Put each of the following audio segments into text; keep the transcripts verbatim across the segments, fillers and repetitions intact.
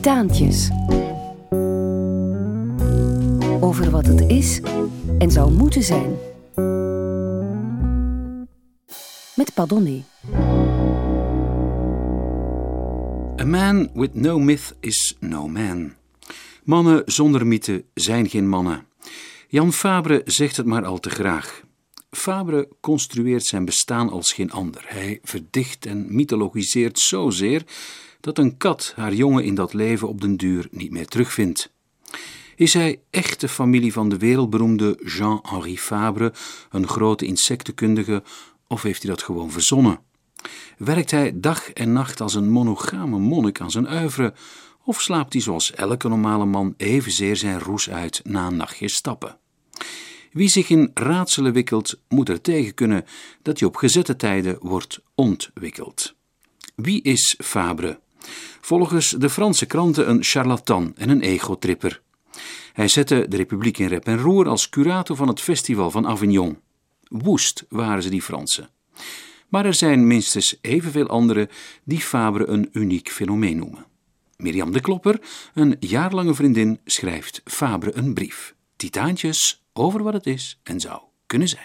Titaantjes. Over wat het is en zou moeten zijn. Met Padonné. A man with no myth is no man. Mannen zonder mythe zijn geen mannen. Jan Fabre zegt het maar al te graag. Fabre construeert zijn bestaan als geen ander. Hij verdicht en mythologiseert zozeer dat een kat haar jongen in dat leven op den duur niet meer terugvindt. Is hij echt de familie van de wereldberoemde Jean-Henri Fabre, een grote insectenkundige, of heeft hij dat gewoon verzonnen? Werkt hij dag en nacht als een monogame monnik aan zijn oeuvre, of slaapt hij zoals elke normale man evenzeer zijn roes uit na een nachtje stappen? Wie zich in raadselen wikkelt, moet er tegen kunnen dat hij op gezette tijden wordt ontwikkeld. Wie is Fabre? Volgens de Franse kranten een charlatan en een egotripper. Hij zette de Republiek in rep en roer als curator van het festival van Avignon. Woest waren ze, die Fransen. Maar er zijn minstens evenveel anderen die Fabre een uniek fenomeen noemen. Mirjam de Klopper, een jaarlange vriendin, schrijft Fabre een brief. Titaantjes over wat het is en zou kunnen zijn.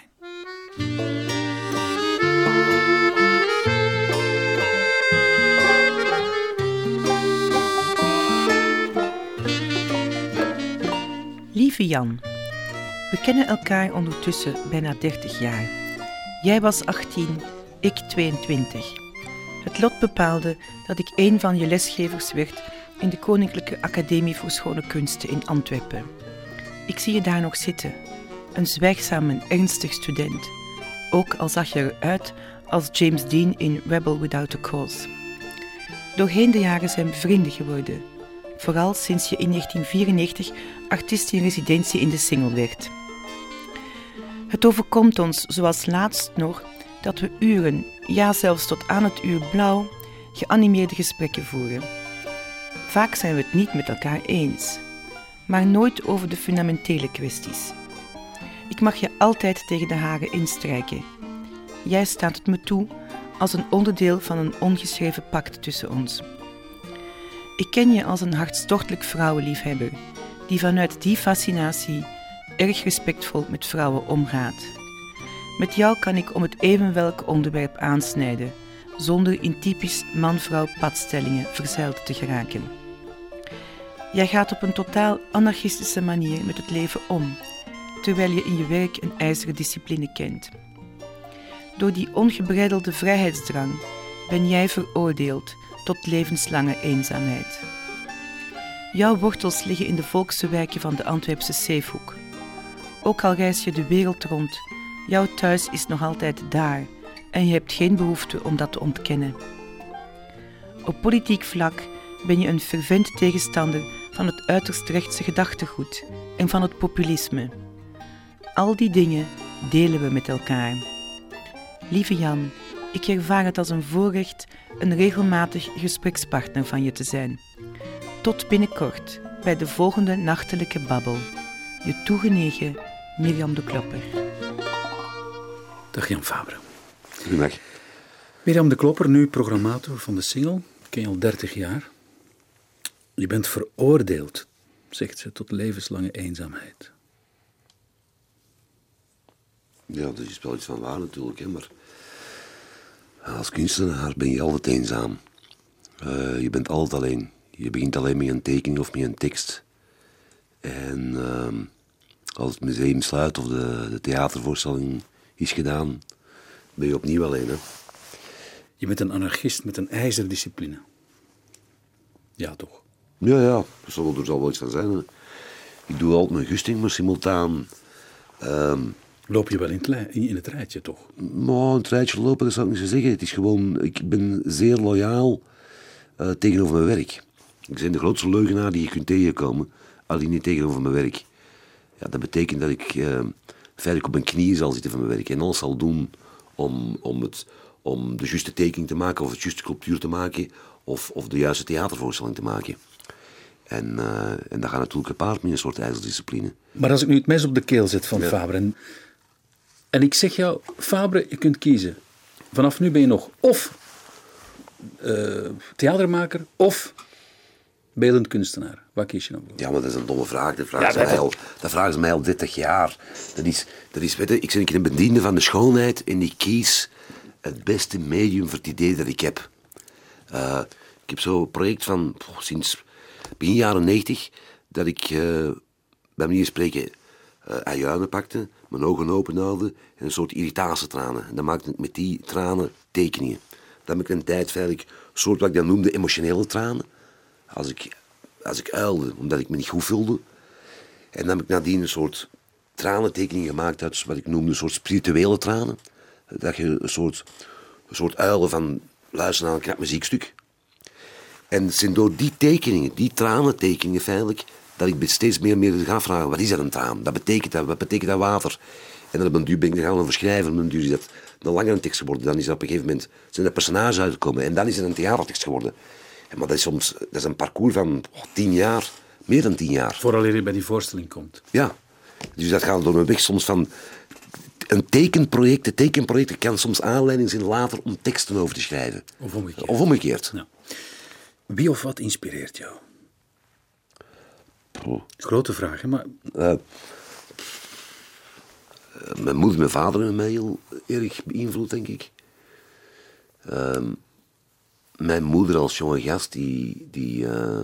Lieve Jan, we kennen elkaar ondertussen bijna dertig jaar. Jij was achttien, ik tweeëntwintig. Het lot bepaalde dat ik een van je lesgevers werd in de Koninklijke Academie voor Schone Kunsten in Antwerpen. Ik zie je daar nog zitten, een zwijgzaam en ernstig student, ook al zag je eruit als James Dean in Rebel Without a Cause. Doorheen de jaren zijn we vrienden geworden, vooral sinds je in negentien vierennegentig artiest in residentie in de Singel werd. Het overkomt ons, zoals laatst nog, dat we uren, ja zelfs tot aan het uur blauw, geanimeerde gesprekken voeren. Vaak zijn we het niet met elkaar eens, maar nooit over de fundamentele kwesties. Ik mag je altijd tegen de haren instrijken. Jij staat het me toe als een onderdeel van een ongeschreven pact tussen ons. Ik ken je als een hartstochtelijk vrouwenliefhebber, die vanuit die fascinatie erg respectvol met vrouwen omgaat. Met jou kan ik om het even welk onderwerp aansnijden, zonder in typisch man-vrouw padstellingen verzeild te geraken. Jij gaat op een totaal anarchistische manier met het leven om, terwijl je in je werk een ijzeren discipline kent. Door die ongebreidelde vrijheidsdrang ben jij veroordeeld tot levenslange eenzaamheid. Jouw wortels liggen in de volkse wijken van de Antwerpse Zeefhoek. Ook al reis je de wereld rond, jouw thuis is nog altijd daar en je hebt geen behoefte om dat te ontkennen. Op politiek vlak ben je een fervent tegenstander van het uiterst rechtse gedachtegoed en van het populisme. Al die dingen delen we met elkaar. Lieve Jan, ik ervaar het als een voorrecht een regelmatig gesprekspartner van je te zijn. Tot binnenkort bij de volgende nachtelijke babbel. Je toegenegen Mirjam de Klopper. Dag Jan Fabre. Goedemiddag. Mirjam de Klopper, nu programmator van de Singel. Ken je al dertig jaar. Je bent veroordeeld, zegt ze, tot levenslange eenzaamheid. Ja, dat is wel iets van waar natuurlijk, hè, maar als kunstenaar ben je altijd eenzaam. Uh, je bent altijd alleen. Je begint alleen met een tekening of met een tekst. En uh, als het museum sluit of de, de theatervoorstelling is gedaan, ben je opnieuw alleen. Hè. Je bent een anarchist met een ijzeren discipline. Ja, toch? Ja, ja. Er zal, er zal wel iets van zijn. Hè. Ik doe altijd mijn gusting, maar simultaan... Uh, Loop je wel in het, in het rijtje, toch? Nou, een rijtje lopen, dat zou ik niet zo zeggen. Het is gewoon... Ik ben zeer loyaal uh, tegenover mijn werk. Ik ben de grootste leugenaar die je kunt tegenkomen, alleen niet tegenover mijn werk. Ja, dat betekent dat ik uh, feitelijk op mijn knieën zal zitten van mijn werk en alles zal doen om, om, het, om de juiste tekening te maken of de juiste sculptuur te maken of, of de juiste theatervoorstelling te maken. En, uh, en dat gaat natuurlijk gepaard met een soort ijzerdiscipline. Maar als ik nu het mes op de keel zet van ja. Fabre en, en ik zeg jou, Fabre, je kunt kiezen. Vanaf nu ben je nog of uh, theatermaker of Beeldend kunstenaar. Wat kies je dan? Ja, maar dat is een domme vraag. Dat vragen, Ja, ze, dat- mij al, dat vragen ze mij al dertig jaar. Dat is, dat is, weet je, ik ben een bediende van de schoonheid en ik kies het beste medium voor het idee dat ik heb. Uh, ik heb zo'n project van oh, sinds begin jaren negentig dat ik uh, bij manier van spreken uh, ajuinen pakte, mijn ogen open haalde en een soort irritatietranen. En dan maakte ik met die tranen tekeningen. Dan heb ik een tijd feitelijk een soort wat ik dan noemde emotionele tranen. Als ik, als ik huilde, omdat ik me niet goed voelde. En dan heb ik nadien een soort tranentekening gemaakt uit wat ik noemde een soort spirituele tranen. Dat je een soort, een soort huilen van luisteren naar een knap muziekstuk. En het zijn door die tekeningen, die tranentekeningen feitelijk, dat ik steeds meer en meer ga vragen, wat is dat een traan? Wat betekent dat? Wat betekent dat water? En dan op een duur ben ik gaan verschrijven. Op een duur is dat een langere tekst geworden. Dan is dat op een gegeven moment zijn er personages uitgekomen. En dan is het een theatertekst geworden. En maar dat is soms dat is een parcours van oh, tien jaar, meer dan tien jaar. Vooraleer je bij die voorstelling komt. Ja, dus dat gaat door mijn weg soms van een tekenproject. Een tekenproject kan soms aanleiding zijn later om teksten over te schrijven. Of omgekeerd. Of omgekeerd. Ja. Wie of wat inspireert jou? Oh. Grote vraag, hè? Maar Uh, mijn moeder en mijn vader hebben mij heel erg beïnvloed, denk ik. Uh, mijn moeder als jonge gast, die, die, uh,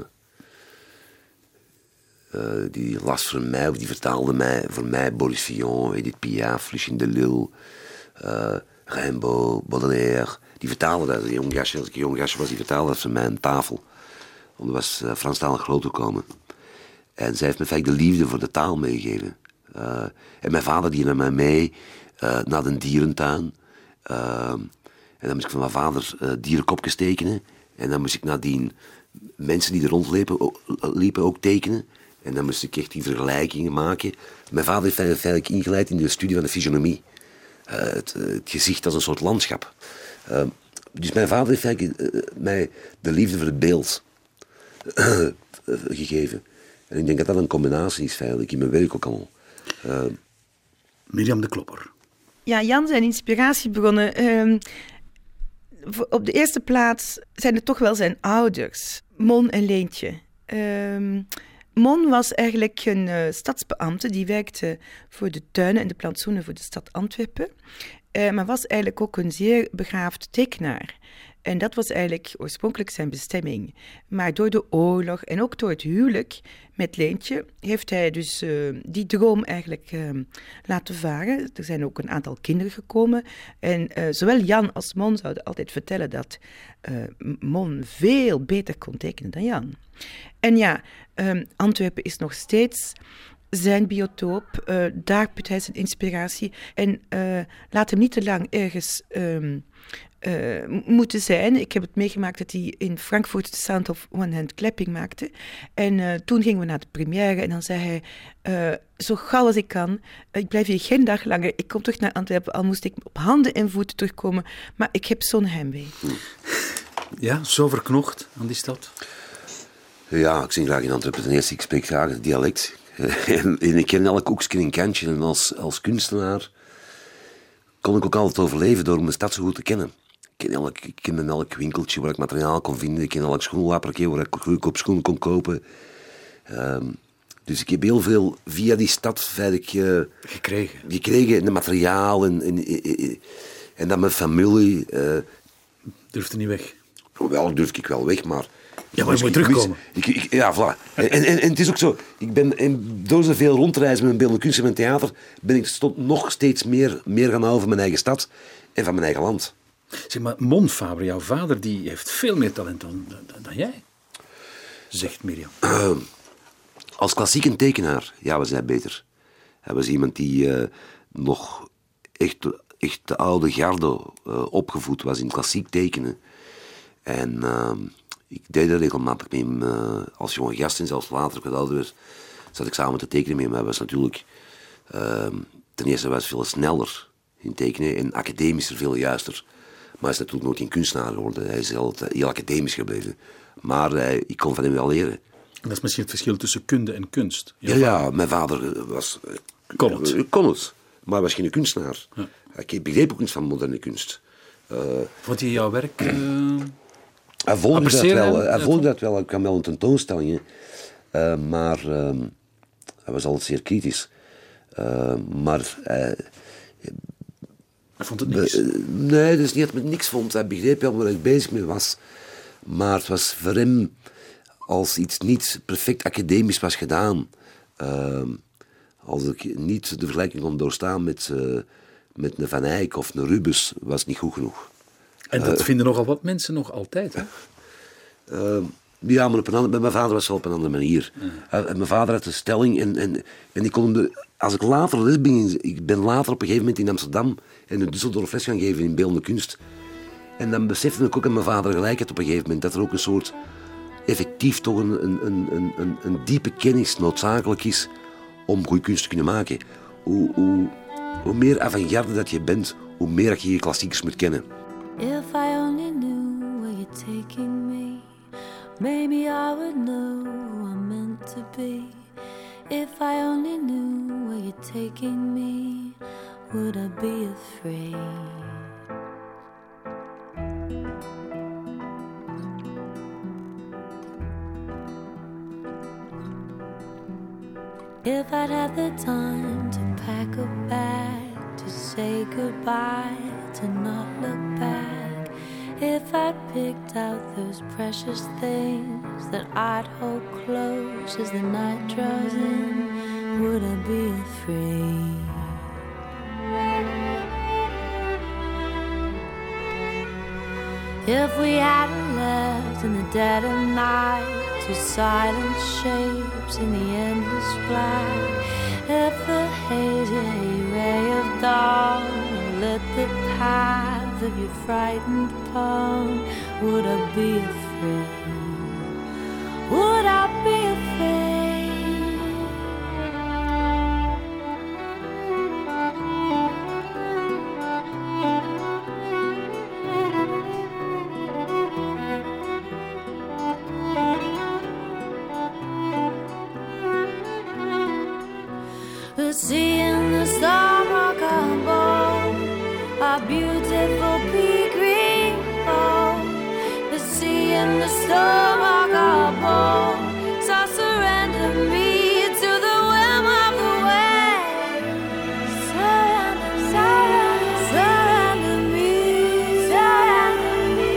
uh, die las voor mij, of die vertaalde mij, voor mij Boris Vian, Edith Piaf, Lucien Delille, uh, Rimbaud, Baudelaire. Die vertaalde dat, een jong gastje, als ik een jong gastje was, die vertaalde dat voor mij aan tafel. Want er was uh, Franstalig groot gekomen. En zij heeft me feitelijk de liefde voor de taal meegegeven. Uh, en mijn vader die nam mij mee uh, naar de dierentuin. Uh, en dan moest ik van mijn vader uh, dierenkopjes tekenen. En dan moest ik nadien mensen die er rondliepen ook, liepen ook tekenen. En dan moest ik echt die vergelijkingen maken. Mijn vader heeft mij feitelijk ingeleid in de studie van de fysionomie. Uh, het, uh, het gezicht als een soort landschap. Uh, dus mijn vader heeft eigenlijk uh, mij de liefde voor het beeld uh, gegeven. En ik denk dat dat een combinatie is feitelijk in mijn werk ook al. Uh, Mirjam de Klopper. Ja, Jan zijn inspiratiebronnen. Um, op de eerste plaats zijn het toch wel zijn ouders, Mon en Leentje. Um, Mon was eigenlijk een uh, stadsbeambte die werkte voor de tuinen en de plantsoenen voor de stad Antwerpen. Uh, maar was eigenlijk ook een zeer begaafd tekenaar. En dat was eigenlijk oorspronkelijk zijn bestemming. Maar door de oorlog en ook door het huwelijk met Leentje heeft hij dus uh, die droom eigenlijk uh, laten varen. Er zijn ook een aantal kinderen gekomen. En uh, zowel Jan als Mon zouden altijd vertellen dat uh, Mon veel beter kon tekenen dan Jan. En ja, um, Antwerpen is nog steeds zijn biotoop. Uh, daar put hij zijn inspiratie. En uh, laat hem niet te lang ergens Um, Uh, moeten zijn. Ik heb het meegemaakt dat hij in Frankfurt de Sound of One Hand Clapping maakte. En uh, toen gingen we naar de première en dan zei hij, uh, zo gauw als ik kan, uh, ik blijf hier geen dag langer, ik kom terug naar Antwerpen, al moest ik op handen en voeten terugkomen, maar ik heb zo'n heimwee. Ja, zo verknocht aan die stad? Ja, ik zing graag in Antwerpen. Ten eerste, ik spreek graag het dialect. en, en ik ken elk hoekje en kantje. En als, als kunstenaar kon ik ook altijd overleven door mijn stad zo goed te kennen. Ik ken elk, ik ken elk winkeltje waar ik materiaal kon vinden. Ik ken elk schoenlappertje waar ik goedkoop schoenen kon kopen. Um, dus ik heb heel veel via die stad feitelijk, uh, gekregen. gekregen. En de materiaal en, en, en, en dan mijn familie. Uh, Durfde niet weg? Wel, durf ik wel weg, maar... Ja, maar je moet terugkomen. Ik, ik, ja, voilà. En, en, en het is ook zo. Ik ben, en door zoveel rond te reizen met mijn beeldende kunst en mijn theater, ben ik stond nog steeds meer, meer gaan houden van mijn eigen stad en van mijn eigen land. Zeg maar, Mon Fabre, jouw vader, die heeft veel meer talent dan, dan, dan jij, zegt Mirjam. Uh, als klassiek tekenaar, ja, was hij beter. Hij was iemand die uh, nog echt, echt de oude garde uh, opgevoed was in klassiek tekenen. En uh, ik deed dat regelmatig met hem uh, als jonge gast en zelfs later, ik wat ouder werd, zat ik samen te tekenen met hem. Hij was natuurlijk, uh, ten eerste was veel sneller in tekenen en academischer veel juister. Maar hij is natuurlijk nooit geen kunstenaar geworden. Hij is heel, heel academisch gebleven. Maar uh, ik kon van hem wel leren. Dat is misschien het verschil tussen kunde en kunst. Ja, ja, mijn vader was... Uh, kon het. Uh, kon het, maar hij was geen kunstenaar. Ja. Ik begreep ook niets van moderne kunst. Uh, Vond je jouw werk uh, Hij volgde dat appreciëren wel. hem? Hij Ja, volgde dat wel. Ik kwam wel een tentoonstelling. Uh, maar uh, hij was altijd zeer kritisch. Uh, maar... Uh, hij vond het niks? Uh, nee, dus niet dat hij niks vond. Hij begreep wel waar ik bezig mee was. Maar het was voor hem... als iets niet perfect academisch was gedaan... Uh, als ik niet de vergelijking kon doorstaan met, uh, met een Van Eyck of een Rubens... was het niet goed genoeg. En dat uh, vinden nogal wat mensen nog altijd, hè? Uh, ja, maar op een andere, bij mijn vader was het wel op een andere manier. Ja. Uh, mijn vader had een stelling en, en, en ik kon de, als ik later les ben, ik ben later op een gegeven moment in Amsterdam en in Düsseldorf les gaan geven in beeldende kunst. En dan besefte ik ook aan mijn vader gelijk had op een gegeven moment dat er ook een soort effectief toch een, een, een, een, een diepe kennis noodzakelijk is om goede kunst te kunnen maken. Hoe, hoe, hoe meer avant-garde dat je bent, hoe meer dat je je klassiekers moet kennen. If I only knew where you're taking me, maybe I would know who I'm meant to be. If I only knew where you're taking me, would I be afraid? If I'd had the time to pack a bag, to say goodbye, to not look back. If I'd picked out those precious things that I'd hold close as the night draws in, would I be afraid? If we hadn't left in the dead of night, to silent shapes in the endless black, if the hazy ray of dawn lit the path of your frightened palm, would I be afraid? Would I be afraid? Seeing the storm rock above, a beautiful pea green bow. But seeing the storm rock above, so surrender me to the whim of the waves. Surrender, surrender, surrender me, surrender me.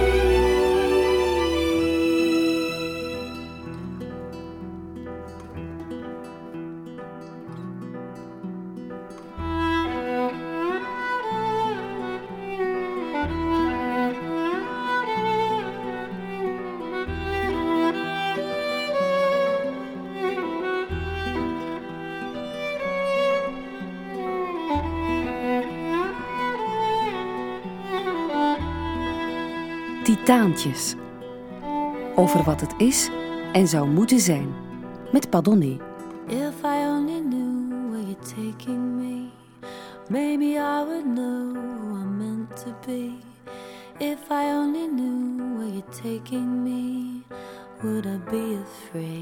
Titaantjes. Over wat het is en zou moeten zijn. Met Padonné. If I only knew where you're taking me, maybe I would know who I'm meant to be. If I only knew where you're taking me, would I be afraid?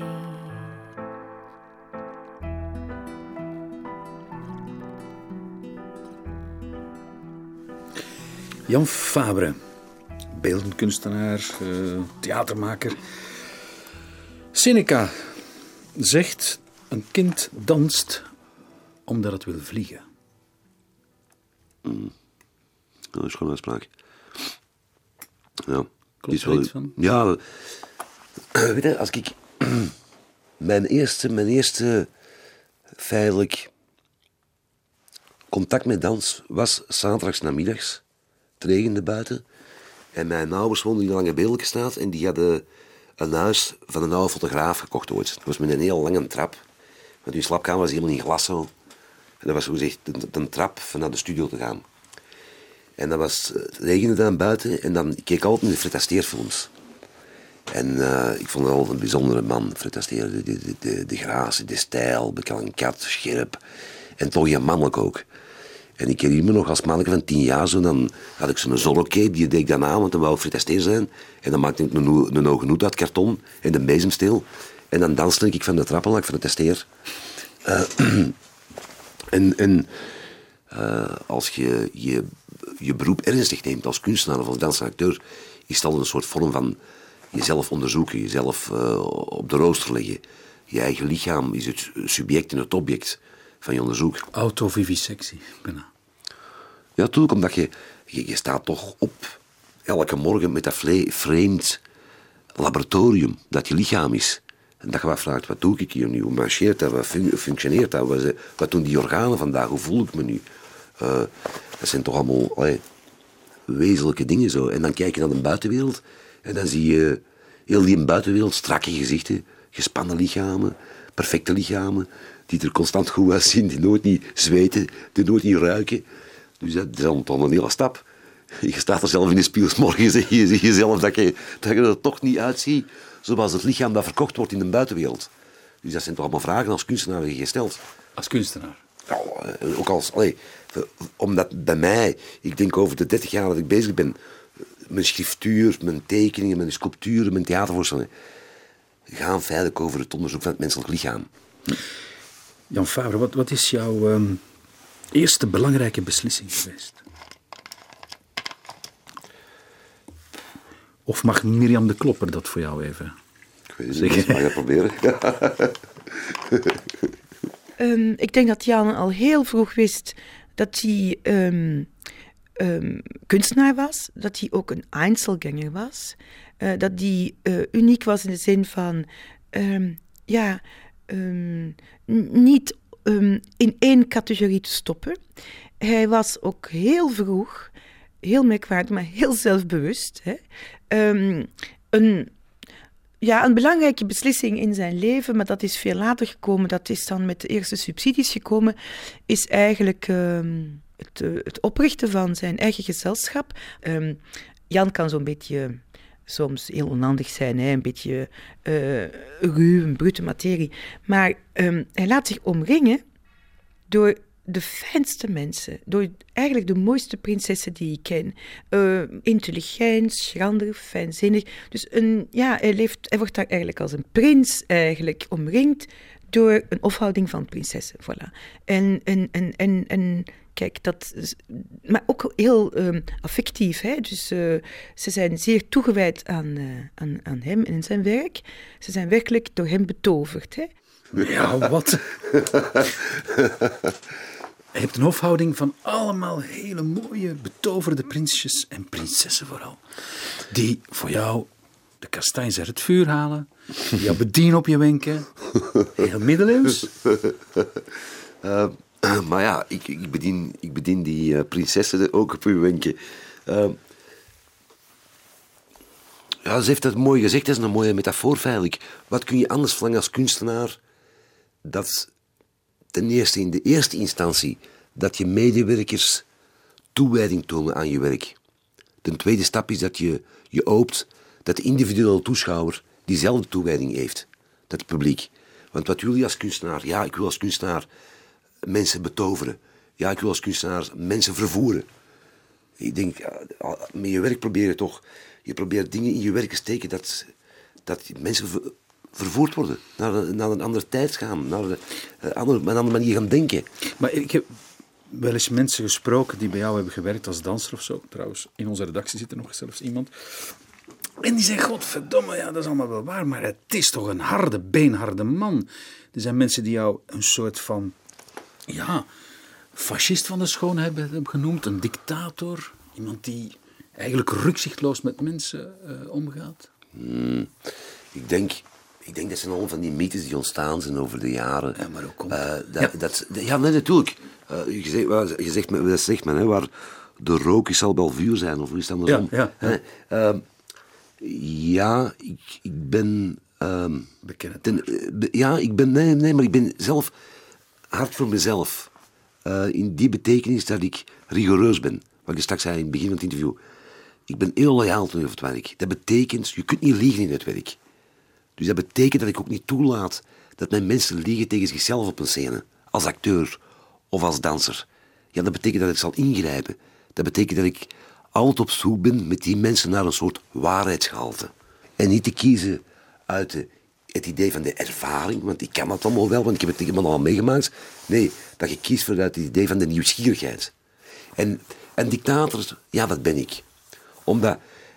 Jan Fabre, beeldend kunstenaar, uh, theatermaker. Seneca zegt: een kind danst omdat het wil vliegen. Mm. Dat is gewoon een uitspraak. Ja. Klopt er wel... iets van? Ja, weet je, als ik... mijn eerste, mijn eerste feitelijk contact met dans was zaterdags namiddags. Het regende buiten. En mijn ouders woonden in de Lange Beeldenstraat en die hadden een huis van een oude fotograaf gekocht ooit. Dat was met een heel lange trap. Want die slaapkamer was helemaal in glas zo. En dat was gezegd een trap van naar de studio te gaan. En dat was, het regende dan buiten en dan ik keek altijd naar de Fred Astaire-films. En uh, ik vond het altijd een bijzondere man, Fred Astaire. De, de, de, de gratie, de stijl, bekal een kat, scherp. En toch heel mannelijk ook. En ik herinner me nog als manneke van tien jaar zo, dan had ik zo'n Zorro-cape, die deed ik dan aan, want dan wou Fred Astaire zijn. En dan maakte ik een, een ogen uit karton en de bezemsteel. En dan danste ik van de trappen like Fred Astaire. Uh, en en uh, als je, je je beroep ernstig neemt als kunstenaar of als dansacteur, is het al een soort vorm van jezelf onderzoeken, jezelf uh, op de rooster leggen. Je eigen lichaam is het subject en het object van je onderzoek. Autovivisectie, bijna. Ja, natuurlijk, omdat je, je, je staat toch op elke morgen met dat vle- vreemd laboratorium dat je lichaam is. En dat je wat vraagt, wat doe ik hier nu? Hoe marcheert dat? Wat fun- functioneert dat? Wat, wat doen die organen vandaag? Hoe voel ik me nu? Uh, dat zijn toch allemaal allee, wezenlijke dingen zo. En dan kijk je naar de buitenwereld en dan zie je heel die buitenwereld, strakke gezichten, gespannen lichamen, perfecte lichamen, die er constant goed uitzien, die nooit niet zweten, die nooit niet ruiken. Dus dat is dan toch een hele stap. Je staat er zelf in de spiegel 's morgens en je ziet jezelf dat je, dat je er toch niet uitziet zoals het lichaam dat verkocht wordt in de buitenwereld. Dus dat zijn toch allemaal vragen als kunstenaar die je stelt. Als kunstenaar? Ja, ook als... Allee, omdat bij mij, ik denk over de dertig jaar dat ik bezig ben, mijn schriftuur, mijn tekeningen, mijn sculpturen, mijn theatervoorstellingen, gaan feitelijk over het onderzoek van het menselijk lichaam. Jan Fabre, wat, wat is jouw um, eerste belangrijke beslissing geweest? Of mag Mirjam de Klopper dat voor jou even Ik weet het niet, maar ik ga proberen. um, ik denk dat Jan al heel vroeg wist dat hij um, um, kunstenaar was, dat hij ook een Einzelgänger was, uh, dat hij uh, uniek was in de zin van, um, ja, um, n- niet um, in één categorie te stoppen. Hij was ook heel vroeg, heel merkwaardig, maar heel zelfbewust, hè? Um, een, ja, een belangrijke beslissing in zijn leven, maar dat is veel later gekomen, dat is dan met de eerste subsidies gekomen, is eigenlijk um, het, uh, het oprichten van zijn eigen gezelschap. Um, Jan kan zo'n beetje soms heel onhandig zijn, hè? Een beetje uh, ruw, een brute materie, maar um, hij laat zich omringen door de fijnste mensen, door eigenlijk de mooiste prinsessen die ik ken. Uh, intelligent, schrander, fijnzinnig. Dus een, ja, hij, leeft, hij wordt daar eigenlijk als een prins eigenlijk omringd door een afhouding van prinsessen. Voilà. En, en, en, en, en kijk, dat is, maar ook heel um, affectief. Hè? Dus uh, ze zijn zeer toegewijd aan, uh, aan, aan hem en zijn werk. Ze zijn werkelijk door hem betoverd. Hè? Ja, wat? Je hebt een hofhouding van allemaal hele mooie, betoverde prinsjes en prinsessen vooral. Die voor jou de kastanjes uit het vuur halen, die jou bedienen op je wenken. Heel middeleeuws. Uh, uh, maar ja, ik, ik, bedien, ik bedien die uh, prinsessen ook op uw wenken. Uh, ja, ze heeft dat mooi gezegd, dat is een mooie metafoor feitelijk. Wat kun je anders verlangen als kunstenaar? Dat ten eerste in de eerste instantie dat je medewerkers toewijding tonen aan je werk. De tweede stap is dat je je hoopt dat de individuele toeschouwer diezelfde toewijding heeft. Dat het publiek. Want wat wil je als kunstenaar? Ja, ik wil als kunstenaar mensen betoveren. Ja, ik wil als kunstenaar mensen vervoeren. Ik denk, met je werk probeer je toch... Je probeert dingen in je werk te steken dat, dat mensen ver, vervoerd worden. Naar een, naar een andere tijd gaan. Naar een, een, andere, een andere manier gaan denken. Maar ik heb wel eens mensen gesproken die bij jou hebben gewerkt als danser of zo. Trouwens, in onze redactie zit er nog zelfs iemand. En die zei, godverdomme, ja, dat is allemaal wel waar, maar het is toch een harde, beenharde man. Er zijn mensen die jou een soort van, ja, fascist van de schoonheid hebben genoemd. Een dictator. Iemand die eigenlijk rukzichtloos met mensen uh, omgaat. Hmm, ik denk... Ik denk dat zijn allemaal van die mythes die ontstaan zijn over de jaren. Ja, maar ook komt. Uh, dat, ja. Dat, ja, nee, natuurlijk. Uh, je zegt, je zegt, dat zegt men, hè, waar de rook is, zal wel vuur zijn, of hoe is het andersom? Ja, ja, ja. Uh, ja ik, ik ben... Uh, Bekend. Ten, uh, ja, ik ben... Nee, nee, maar ik ben zelf hard voor mezelf. Uh, in die betekenis dat ik rigoureus ben. Wat ik straks zei in het begin van het interview. Ik ben heel loyaal ten het werk. Dat betekent, je kunt niet liegen in het werk. Dus dat betekent dat ik ook niet toelaat dat mijn mensen liegen tegen zichzelf op een scène. Als acteur of als danser. Ja, dat betekent dat ik zal ingrijpen. Dat betekent dat ik altijd op zoek ben met die mensen naar een soort waarheidsgehalte. En niet te kiezen uit de, het idee van de ervaring, want ik kan dat allemaal wel, want ik heb het helemaal al meegemaakt. Nee, dat je kiest vanuit het idee van de nieuwsgierigheid. En een dictator, ja, dat ben ik. Omdat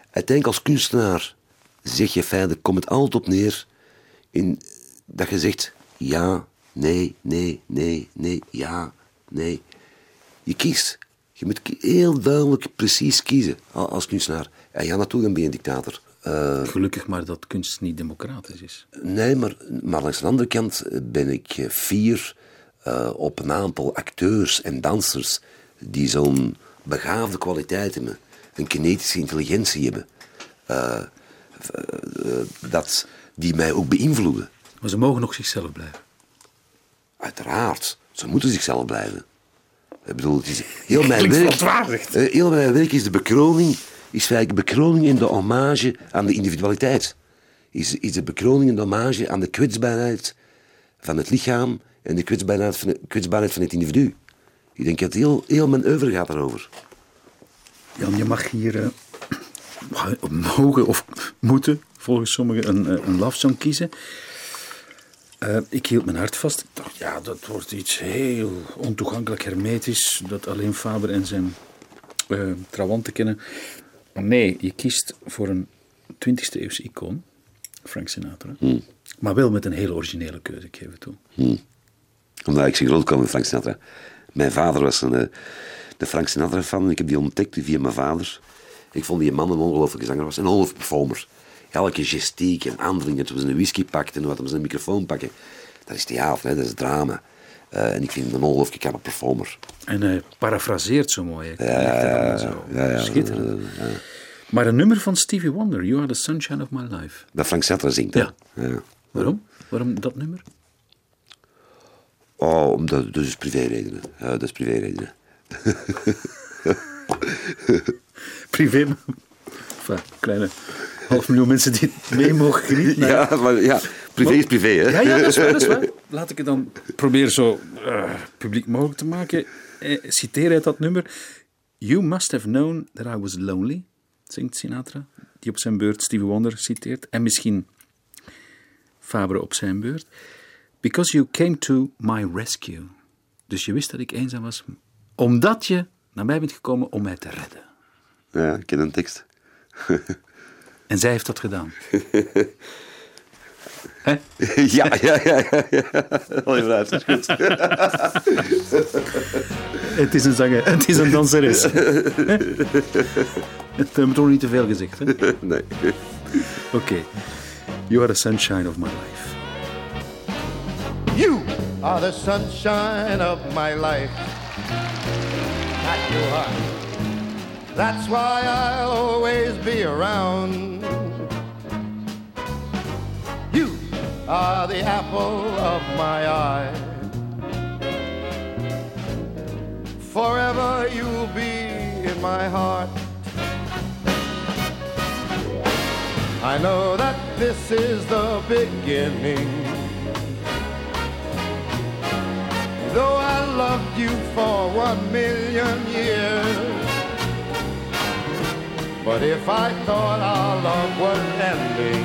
uiteindelijk als kunstenaar zeg je feitelijk, komt het altijd op neer in dat je zegt ja, nee, nee, nee, nee, ja, nee. Je kiest. Je moet heel duidelijk precies kiezen als kunstenaar. En ja, natuurlijk dan ben je een dictator. Uh, Gelukkig maar dat kunst niet democratisch is. Nee, maar, maar langs de andere kant ben ik fier uh, op een aantal acteurs en dansers die zo'n begaafde kwaliteit hebben. Een kinetische intelligentie hebben. Uh, uh, uh, dat, die mij ook beïnvloeden. Maar ze mogen nog zichzelf blijven. Uiteraard. Ze moeten zichzelf blijven. Ik bedoel, het is heel mijn werk. Uh, heel mijn werk is de bekroning, is eigenlijk de bekroning en de hommage aan de individualiteit. Is, is de bekroning en de hommage aan de kwetsbaarheid van het lichaam en de kwetsbaarheid van, de, kwetsbaarheid van het individu. Ik denk dat heel, heel mijn oeuvre gaat daarover. Jan, je mag hier uh, mogen of moeten, volgens sommigen, een, een love song kiezen. Uh, ik hield mijn hart vast. Ik dacht, ja, dat wordt iets heel ontoegankelijk, hermetisch, dat alleen Faber en zijn uh, trawanten kennen. Maar nee, je kiest voor een twintigste eeuwse icoon, Frank Sinatra. Hmm. Maar wel met een hele originele keuze, ik geef het toe. Hmm. Omdat ik zo groot kwam met Frank Sinatra. Mijn vader was een, uh, de Frank Sinatra fan. Ik heb die ontdekt via mijn vader. Ik vond die man een ongelooflijke zanger was. Een ongelooflijke performer. Elke gestiek en aandrang, dat we een whisky pakten en wat we een microfoon pakken. Dat is theater, hè? Dat is drama. Uh, en ik vind hem een ongelooflijk knappe performer. En hij parafraseert zo mooi. Hè? Ja, ja, zo. ja, ja, schitterend. Ja, ja. Maar een nummer van Stevie Wonder, You Are the Sunshine of My Life. Dat Frank Sinatra zingt, hè? Ja. Ja. Waarom? Waarom dat nummer? Oh, omdat, dat is privéredenen. Ja, dat is privéredenen. Privé? Enfin, kleine half miljoen mensen die mee mogen genieten. Ja, maar ja, privé is privé, hè? Ja, ja, dat is waar, dat is waar. Laat ik het dan proberen zo uh, publiek mogelijk te maken. Eh, citeer uit dat nummer. You must have known that I was lonely, zingt Sinatra, die op zijn beurt Stevie Wonder citeert. En misschien Fabre op zijn beurt. Because you came to my rescue. Dus je wist dat ik eenzaam was, omdat je naar mij bent gekomen om mij te redden. Ja, ik ken een tekst. En zij heeft dat gedaan. Hè? Ja, ja, ja, ja. ja. Oliver Uit, dat is goed. Het is een zanger, het is een danseres. Het hebben we toch niet te veel gezegd, hè? Nee. Oké. Okay. You are the sunshine of my life. You are the sunshine of my life. That you are. That's why I'll always be around. You are the apple of my eye. Forever you'll be in my heart. I know that this is the beginning. Though I loved you for one million years. But if I thought our love was ending,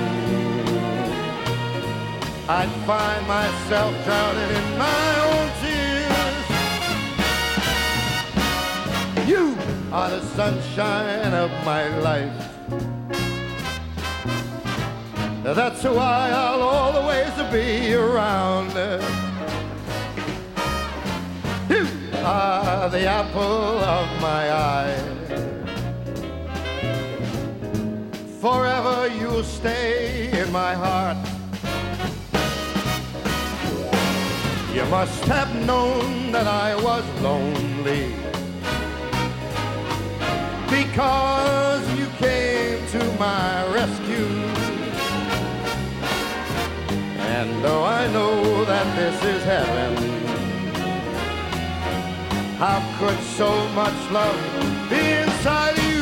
I'd find myself drowning in my own tears. You are the sunshine of my life. That's why I'll always be around. You are the apple of my eye. Forever you'll stay in my heart. You must have known that I was lonely, because you came to my rescue. And though I know that this is heaven, how could so much love be inside you?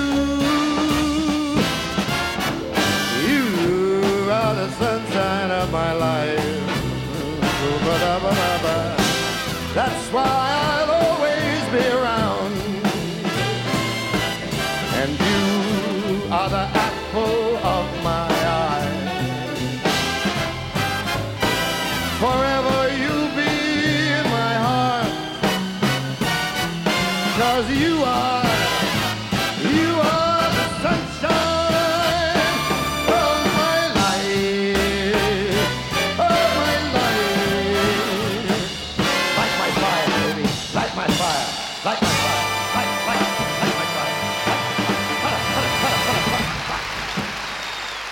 You are the sunshine of my life. That's why I'll always be around. And you are the apple of my eye. Forever you'll be in my heart. 'Cause you are, you are the sunshine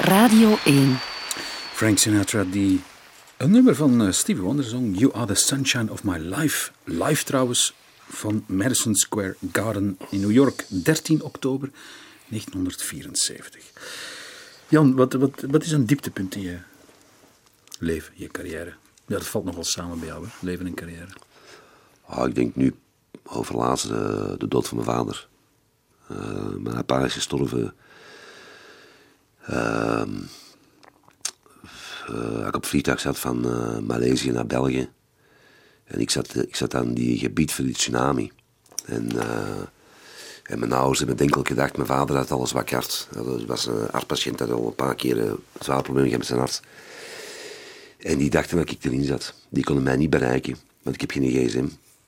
Radio één. Frank Sinatra, die een nummer van uh, Stevie Wonder zong, You Are the Sunshine of My Life. Live trouwens, van Madison Square Garden in New York, dertien oktober negentienhonderdvierenzeventig. Jan, wat, wat, wat is een dieptepunt in je leven, je carrière? Ja, dat valt nogal samen bij jou, hè? Leven en carrière. Oh, ik denk nu over laatst de, de dood van mijn vader. Uh, mijn pa is gestorven. Uh, uh, ik op het vliegtuig zat van uh, Maleisië naar België. En ik zat, ik zat aan die gebied van die tsunami. En, uh, en mijn ouders hebben denk ik elke dag, mijn vader had al een zwak hart. Dat was een hartpatiënt, dat had al een paar keer uh, zware problemen gehad met zijn hart. En die dachten dat ik erin zat. Die konden mij niet bereiken, want ik heb geen gsm.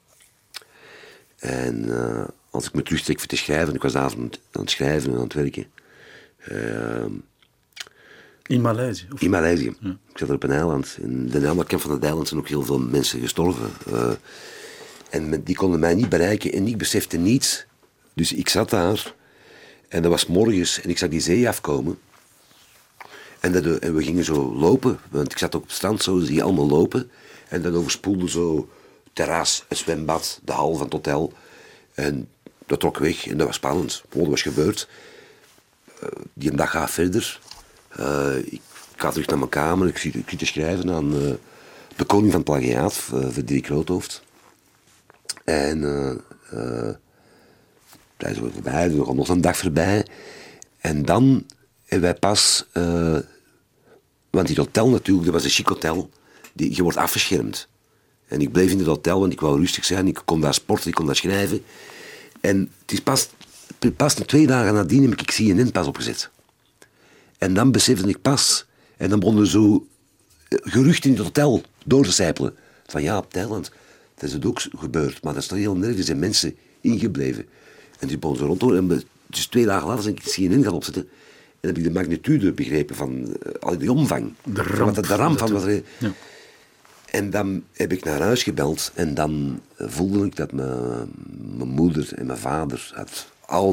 En uh, als ik me terugtrek voor te schrijven, ik was daar aan het schrijven en aan het werken. Uh, in Maleisië? Of? In Maleisië. Ja. Ik zat er op een eiland. In de andere kant van het eiland zijn ook heel veel mensen gestorven. Uh, en die konden mij niet bereiken en ik besefte niets. Dus ik zat daar en dat was morgens en ik zag die zee afkomen. En, dat, en we gingen zo lopen, want ik zat op het strand, zo zie je allemaal lopen. En dat overspoelde zo terras, het zwembad, de hal van het hotel. En dat trok weg en dat was spannend. Oh, dat was gebeurd. Uh, die een dag gaat verder. Uh, ik ga terug naar mijn kamer, ik zit, ik zit te schrijven aan uh, de koning van het plagiaat, uh, voor Dirk Roodhoofd. En uh, uh, dat is voorbij, er gaat nog een dag voorbij. En dan hebben wij pas... Uh, want die hotel natuurlijk, dat was een chic hotel. Die, je wordt afgeschermd. En ik bleef in het hotel, want ik wou rustig zijn. Ik kon daar sporten, ik kon daar schrijven. En het is pas, pas twee dagen nadien heb ik C N N pas opgezet. En dan besefte ik pas. En dan begonnen zo geruchten in het hotel door te sijpelen. Van ja, op Thailand, dat is het ook gebeurd. Maar dat is toch heel nergens, er zijn mensen ingebleven. En die begonnen zo rond te horen. Dus twee dagen later ben ik C N N gaan opzetten. En heb ik de magnitude begrepen van uh, de omvang. De ramp. De, de ramp van wat er... Ja. En dan heb ik naar huis gebeld. En dan voelde ik dat mijn, mijn moeder en mijn vader... had al